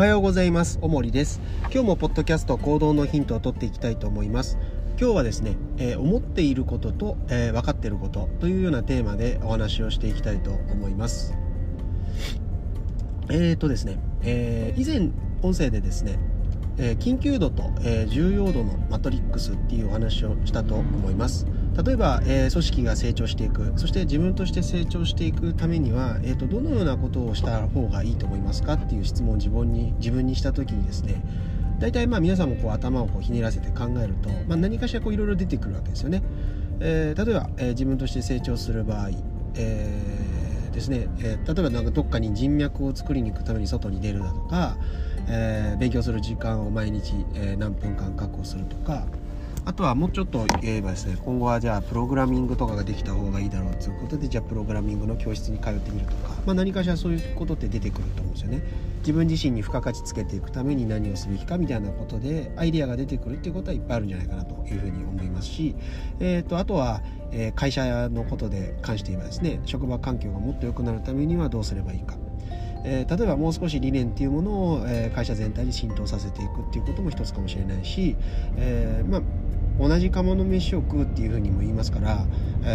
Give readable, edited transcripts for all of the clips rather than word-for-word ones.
はようございます。おもりです。今日もポッドキャスト行動のヒントを取っていきたいと思います。今日はですね、思っていることと、分かっていることというようなテーマでお話をしていきたいと思います。ですね、以前音声でですね、緊急度と、重要度のマトリックスっていうお話をしたと思います。例えば、組織が成長していく、そして自分として成長していくためには、どのようなことをした方がいいと思いますかっていう質問を自分にしたときにですね、大体皆さんも頭をひねらせて考えると、何かしらいろいろ出てくるわけですよね。例えば、自分として成長する場合、ですね、例えばどっかに人脈を作りに行くために外に出るだとか、勉強する時間を毎日、何分間確保するとか、あとはもうちょっと言えばですね、今後はじゃあプログラミングとかができた方がいいだろうということで、じゃあプログラミングの教室に通ってみるとか、何かしらそういうことって出てくると思うんですよね。自分自身に付加価値つけていくために何をすべきかみたいなことでアイデアが出てくるっていうことはいっぱいあるんじゃないかなというふうに思いますし、あとは、会社のことで関して言えばですね、職場環境がもっと良くなるためにはどうすればいいか、例えばもう少し理念っていうものを、会社全体に浸透させていくっていうことも一つかもしれないし、同じ釜の飯を食うっていうふうにも言いますから、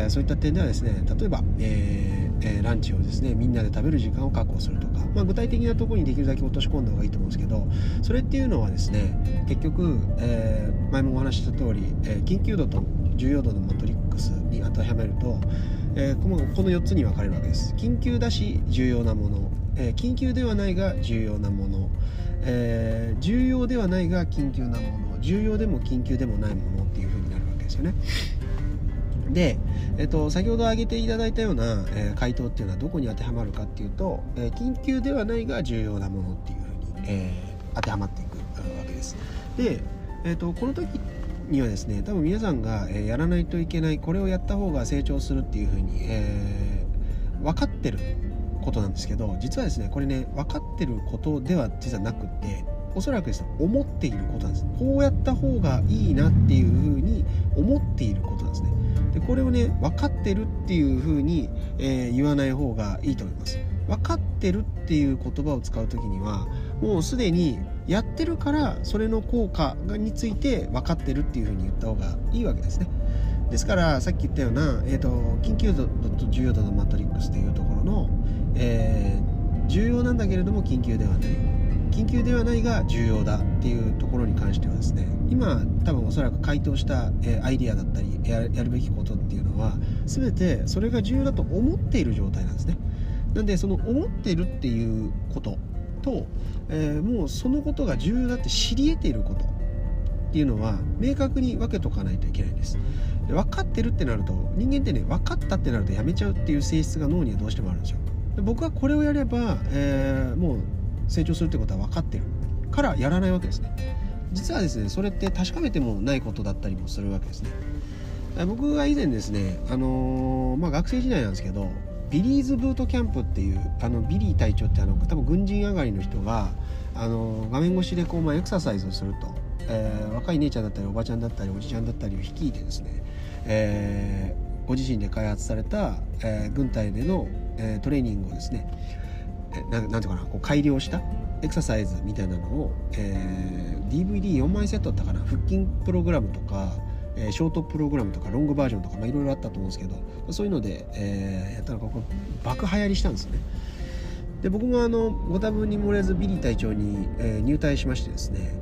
そういった点ではですね、例えば、ランチをですねみんなで食べる時間を確保するとか、具体的なところにできるだけ落とし込んだ方がいいと思うんですけど、それっていうのはですね、結局、前もお話しした通り、緊急度と重要度のマトリックスに当てはめると、この4つに分かれるわけです。緊急だし重要なもの、緊急ではないが重要なもの、重要ではないが緊急なもの、重要でも緊急でもないものっていう風になるわけですよね。で、先ほど挙げていただいたような、回答っていうのはどこに当てはまるかっていうと、緊急ではないが重要なものっていう風に、当てはまっていくわけです。で、この時にはですね、多分皆さんが、やらないといけない、これをやった方が成長するっていう風に、分かってることなんですけど、実はですね、これね、分かってることでは実はなくって、おそらくですね、思っていることなんです。こうやった方がいいなっていうふうに思っていることなんですね。でこれをね、分かってるっていうふうに、言わない方がいいと思います。分かってるっていう言葉を使うときには、もうすでにやってるからそれの効果について分かってるっていうふうに言った方がいいわけですね。ですからさっき言ったような、緊急度と重要度のマトリックスというところの、重要なんだけれども緊急ではない、緊急ではないが重要だっていうところに関してはですね、今多分おそらく回答した、アイディアだったり やるべきことっていうのは全てそれが重要だと思っている状態なんですね。なんでその思っているっていうことと、もうそのことが重要だって知り得ていることっていうのは明確に分けとかないといけないんです。で分かってるってなると、人間ってね、分かったってなるとやめちゃうっていう性質が脳にはどうしてもあるんですよ。で僕はこれをやれば、もう成長するってことは分かってるからやらないわけですね。実はですね、それって確かめてもないことだったりもするわけですね。僕が以前ですね、学生時代なんですけど、ビリーズブートキャンプっていう、ビリー隊長って多分軍人上がりの人が画面越しでエクササイズをすると、若い姉ちゃんだったりおばちゃんだったりおじちゃんだったりを率いてですね、ご自身で開発された、軍隊での、トレーニングをですね、なんていうかな、改良したエクササイズみたいなのを、DVD4 枚セットだったかな、腹筋プログラムとか、ショートプログラムとかロングバージョンとかいろいろあったと思うんですけど、そういうので、やったら爆流行りしたんですよね。で僕もご多分に漏れずビリー隊長に、入隊しましてですね、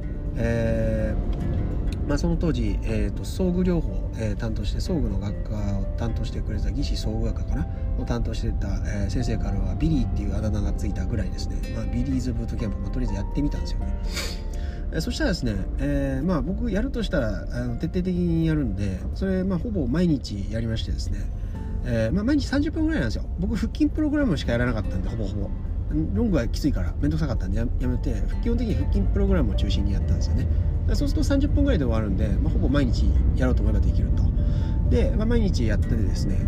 その当時、装具療法、担当して、装具の学科を担当してくれた技師装具学科かなを担当してた、先生からはビリーっていうあだ名がついたぐらいですね、ビリーズブートキャンプ、とりあえずやってみたんですよね。そしたらですね、僕やるとしたら徹底的にやるんで、それほぼ毎日やりましてですね、毎日30分ぐらいなんですよ。僕腹筋プログラムしかやらなかったんで、ほぼロングはきついからめんどくさかったんでやめて、基本的に腹筋プログラムを中心にやったんですよね。そうすると30分ぐらいで終わるんで、ほぼ毎日やろうと思えばできると。で、毎日やってですね、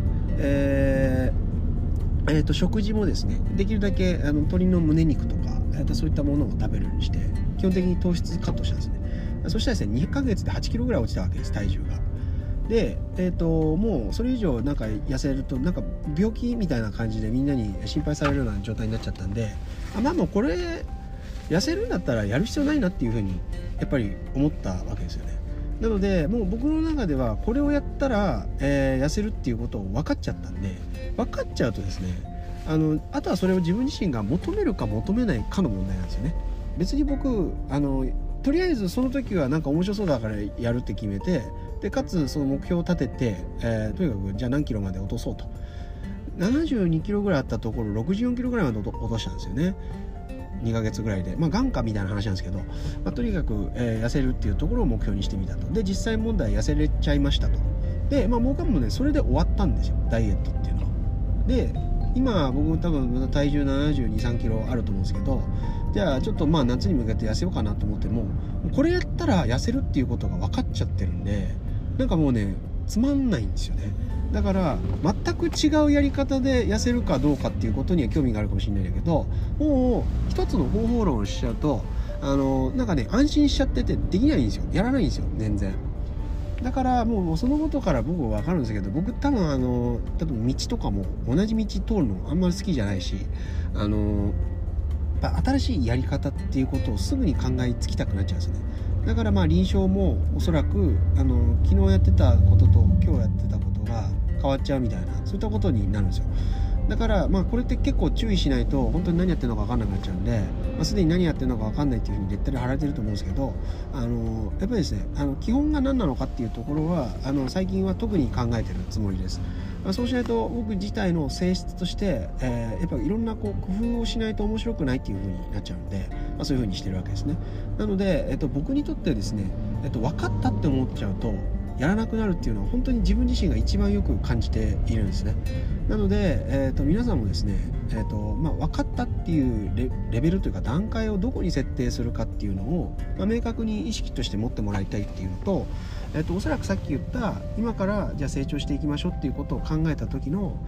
食事もですね、できるだけ鶏の胸肉とかそういったものを食べるようにして、基本的に糖質カットしたんですね。そしたらですね、2ヶ月で8キロぐらい落ちたわけです、体重が。で、もうそれ以上痩せると病気みたいな感じでみんなに心配されるような状態になっちゃったんで、もうこれ痩せるんだったらやる必要ないなっていうふうにやっぱり思ったわけですよね。なのでもう僕の中ではこれをやったら、痩せるっていうことを分かっちゃったんで、分かっちゃうとですね、あとはそれを自分自身が求めるか求めないかの問題なんですよね。別に僕とりあえずその時はなんか面白そうだからやるって決めて、でかつその目標を立てて、とにかくじゃあ何キロまで落とそうと、72キロぐらいあったところ64キロぐらいまで落としたんですよね、2ヶ月ぐらいで。眼科みたいな話なんですけど、とにかく、痩せるっていうところを目標にしてみたと。で実際問題痩せれちゃいましたと。で僕はもうねそれで終わったんですよ、ダイエットっていうのは。で今僕多分体重72、3キロあると思うんですけど、じゃあちょっと夏に向けて痩せようかなと思っても、これやったら痩せるっていうことが分かっちゃってるんで、なんかもうねつまんないんですよね。だから全く違うやり方で痩せるかどうかっていうことには興味があるかもしれないんだけど、もう一つの方法論をしちゃうとなんかね安心しちゃっててできないんですよ、やらないんですよ全然。だからもうそのことから僕は分かるんですけど、僕多分多分道とかも同じ道通るのあんまり好きじゃないし、新しいやり方っていうことをすぐに考えつきたくなっちゃうんですよね。だから臨床もおそらく昨日やってたことと今日やってたことが変わっちゃうみたいな、そういったことになるんですよ。だからこれって結構注意しないと本当に何やってるのか分かんなくなっちゃうんで、すでに何やってるのか分かんないっていうふうにレッテル貼られてると思うんですけど、やっぱりですね基本が何なのかっていうところは最近は特に考えてるつもりです。そうしないと僕自体の性質として、やっぱりいろんな工夫をしないと面白くないっていう風になっちゃうんで、そういう風にしてるわけですね。なので、僕にとってですね、分かったって思っちゃうとやらなくなるっていうのは本当に自分自身が一番よく感じているんですね。なので、皆さんもですね、分かったっていうレベルというか段階をどこに設定するかっていうのを、明確に意識として持ってもらいたいっていうのと、おそらくさっき言った今からじゃあ成長していきましょうっていうことを考えた時の、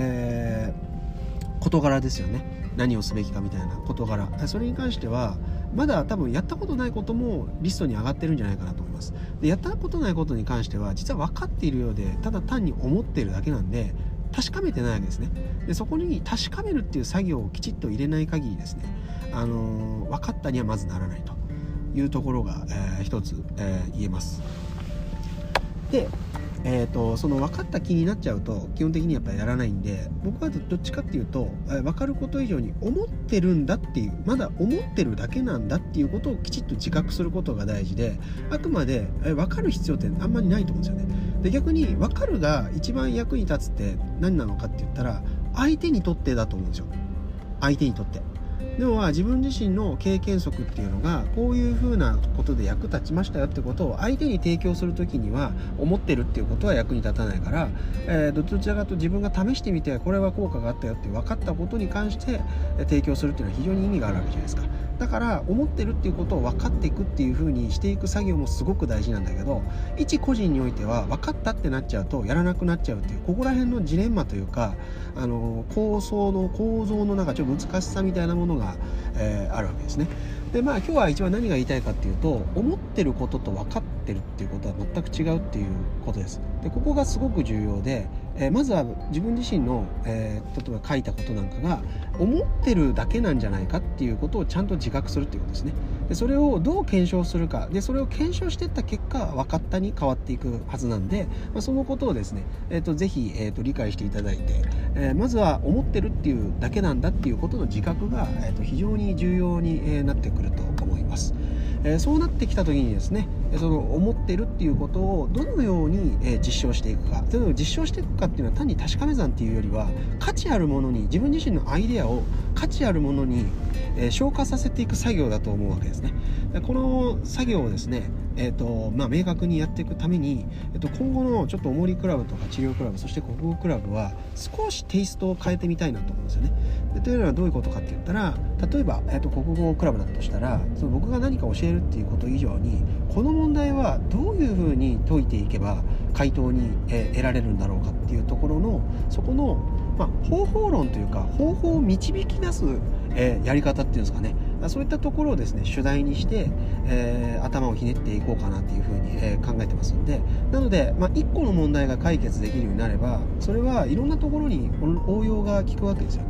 事柄ですよね。何をすべきかみたいな事柄、それに関してはまだ多分やったことないこともリストに上がってるんじゃないかなと思います。でやったことないことに関しては実は分かっているようでただ単に思っているだけなんで確かめてないわけですね。でそこに確かめるっていう作業をきちっと入れない限りですね、分かったにはまずならないというところが、一つ、言えます。でその分かった気になっちゃうと基本的にやっぱりやらないんで、僕はどっちかっていうと分かること以上に思ってるんだっていう、まだ思ってるだけなんだっていうことをきちっと自覚することが大事で、あくまで分かる必要ってあんまりないと思うんですよね。で逆に分かるが一番役に立つって何なのかって言ったら相手にとってだと思うんですよ。相手にとってでも自分自身の経験則っていうのがこういう風なことで役立ちましたよってことを相手に提供するときには思ってるっていうことは役に立たないから、どちらかと自分が試してみてこれは効果があったよって分かったことに関して提供するっていうのは非常に意味があるわけじゃないですか。だから思ってるっていうことを分かっていくっていう風にしていく作業もすごく大事なんだけど、一個人においては分かったってなっちゃうとやらなくなっちゃうっていう、ここら辺のジレンマというか構造のなんかちょっと難しさみたいなものが、あるわけですね。で今日は一番何が言いたいかっていうと、思ってることと分かってるっていうことは全く違うっていうことです。でここがすごく重要で、まずは自分自身の、例えば書いたことなんかが思ってるだけなんじゃないかっていうことをちゃんと自覚するっていうことですね。でそれをどう検証するかで、それを検証していった結果分かったに変わっていくはずなんで、そのことをですね、ぜひ、理解していただいて、まずは思ってるっていうだけなんだっていうことの自覚が、非常に重要に、なってくると思います。そうなってきた時にですね、その思ってるっていうことをどのように、実証していくか、それを実証していくかっていうのは単に確かめ算っていうよりは価値あるものに、自分自身のアイデアを価値あるものに、消化させていく作業だと思うわけですね。この作業をですね、明確にやっていくために、今後のちょっとおもりクラブとか治療クラブ、そして国語クラブは少しテイストを変えてみたいなと思うんですよね。というのはどういうことかって言ったら、例えば、国語クラブだとしたら、その僕が何か教えるっていうこと以上にこの問題はどういうふうに解いていけば回答に、得られるんだろうかっていうところのそこの、方法論というか方法を導き出す、やり方っていうんですかね、そういったところをですね主題にして、頭をひねっていこうかなっていうふうに、考えてますんで、なので、1個の問題が解決できるようになればそれはいろんなところに応用が効くわけですよね。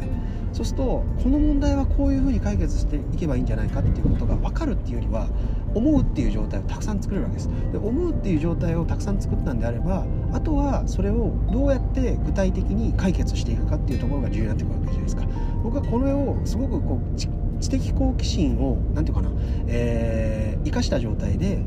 そうするとこの問題はこういうふうに解決していけばいいんじゃないかっていうことが分かるっていうよりは、思うっていう状態をたくさん作れるわけです。で思うっていう状態をたくさん作ったんであれば、あとはそれをどうやって具体的に解決していくかっていうところが重要になってくるわけじゃないですか。僕はこれをすごく知的好奇心をなんていうかな、生かした状態で、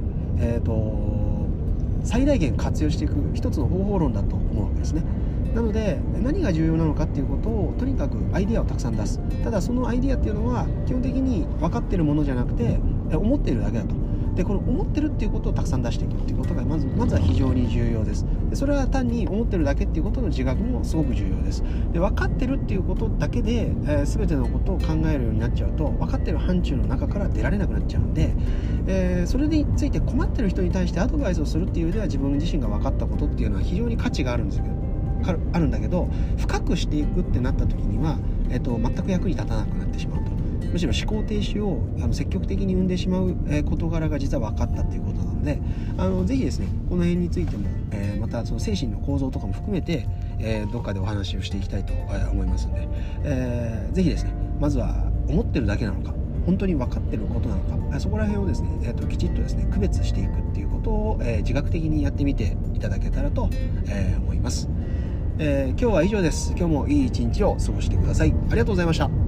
最大限活用していく一つの方法論だと思うわけですね。なので何が重要なのかっていうことを、とにかくアイデアをたくさん出す。ただそのアイデアっていうのは基本的に分かっているものじゃなくて思っているだけだと。でこの思ってるっていうことをたくさん出していくっていうことがまずは非常に重要です。でそれは単に思ってるだけっていうことの自覚もすごく重要です。で分かってるっていうことだけで、全てのことを考えるようになっちゃうと、分かってる範疇の中から出られなくなっちゃうんで、それについて困ってる人に対してアドバイスをするっていう上では、自分自身が分かったことっていうのは非常に価値があるんですけどあるんだけど、深くしていくってなった時には、全く役に立たなくなってしまうと。むしろ思考停止を積極的に生んでしまう事柄が実は分かったっていうことなので、ぜひですねこの辺についても、またその精神の構造とかも含めて、どっかでお話をしていきたいと思いますので、ぜひですねまずは思ってるだけなのか、本当に分かってることなのか、そこら辺をですね、きちっとですね区別していくっていうことを、自覚的にやってみていただけたらと、思います。今日は以上です。今日もいい一日を過ごしてください。ありがとうございました。